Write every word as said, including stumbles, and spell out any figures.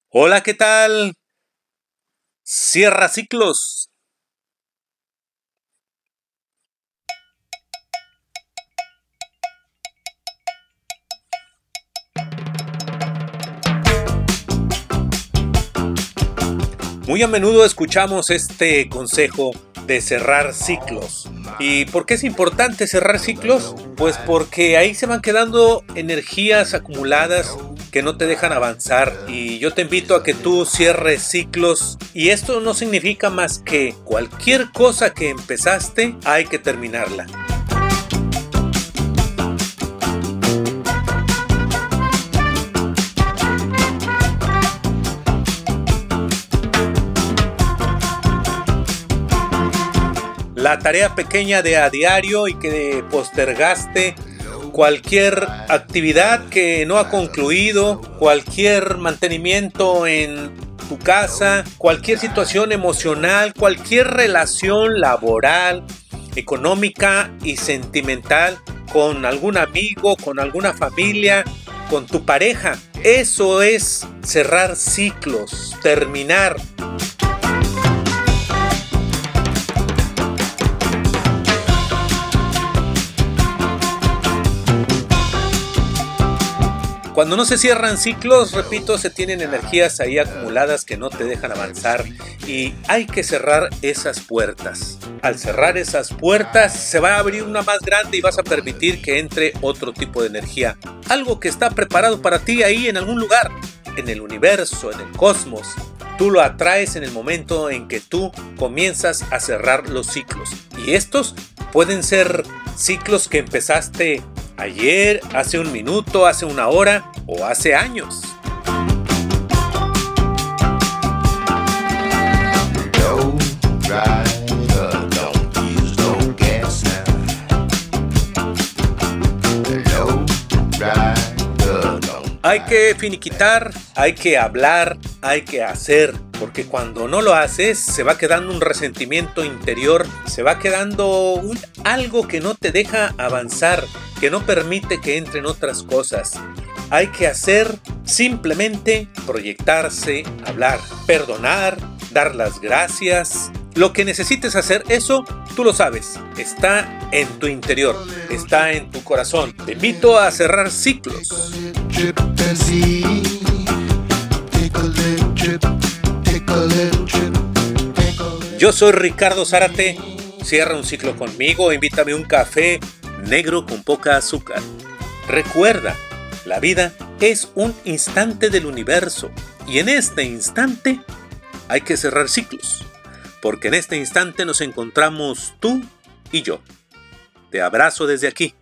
Hola, ¿qué tal? Cierra ciclos. Muy a menudo escuchamos este consejo de cerrar ciclos. ¿Y por qué es importante cerrar ciclos? Pues porque ahí se van quedando energías acumuladas que no te dejan avanzar, y yo te invito a que tú cierres ciclos, y esto no significa más que cualquier cosa que empezaste hay que terminarla. La tarea pequeña de a diario y que postergaste, cualquier actividad que no ha concluido, cualquier mantenimiento en tu casa, cualquier situación emocional, cualquier relación laboral, económica y sentimental con algún amigo, con alguna familia, con tu pareja. Eso es cerrar ciclos, terminar. Cuando no se cierran ciclos, repito, se tienen energías ahí acumuladas que no te dejan avanzar, y hay que cerrar esas puertas. Al cerrar esas puertas se va a abrir una más grande y vas a permitir que entre otro tipo de energía. Algo que está preparado para ti ahí en algún lugar, en el universo, en el cosmos. Tú lo atraes en el momento en que tú comienzas a cerrar los ciclos. Y estos pueden ser ciclos que empezaste ayer, hace un minuto, hace una hora o hace años. Hay que finiquitar, hay que hablar, hay que hacer, porque cuando no lo haces se va quedando un resentimiento interior, se va quedando un, algo que no te deja avanzar, que no permite que entren otras cosas. Hay que hacer, simplemente proyectarse, hablar, perdonar, dar las gracias. Lo que necesites hacer, eso tú lo sabes, está en tu interior, está en tu corazón. Te invito a cerrar ciclos. Yo soy Ricardo Zárate. Cierra un ciclo conmigo, invítame un café negro con poca azúcar. Recuerda, la vida es un instante del universo, y en este instante hay que cerrar ciclos, porque en este instante nos encontramos tú y yo. Te abrazo desde aquí.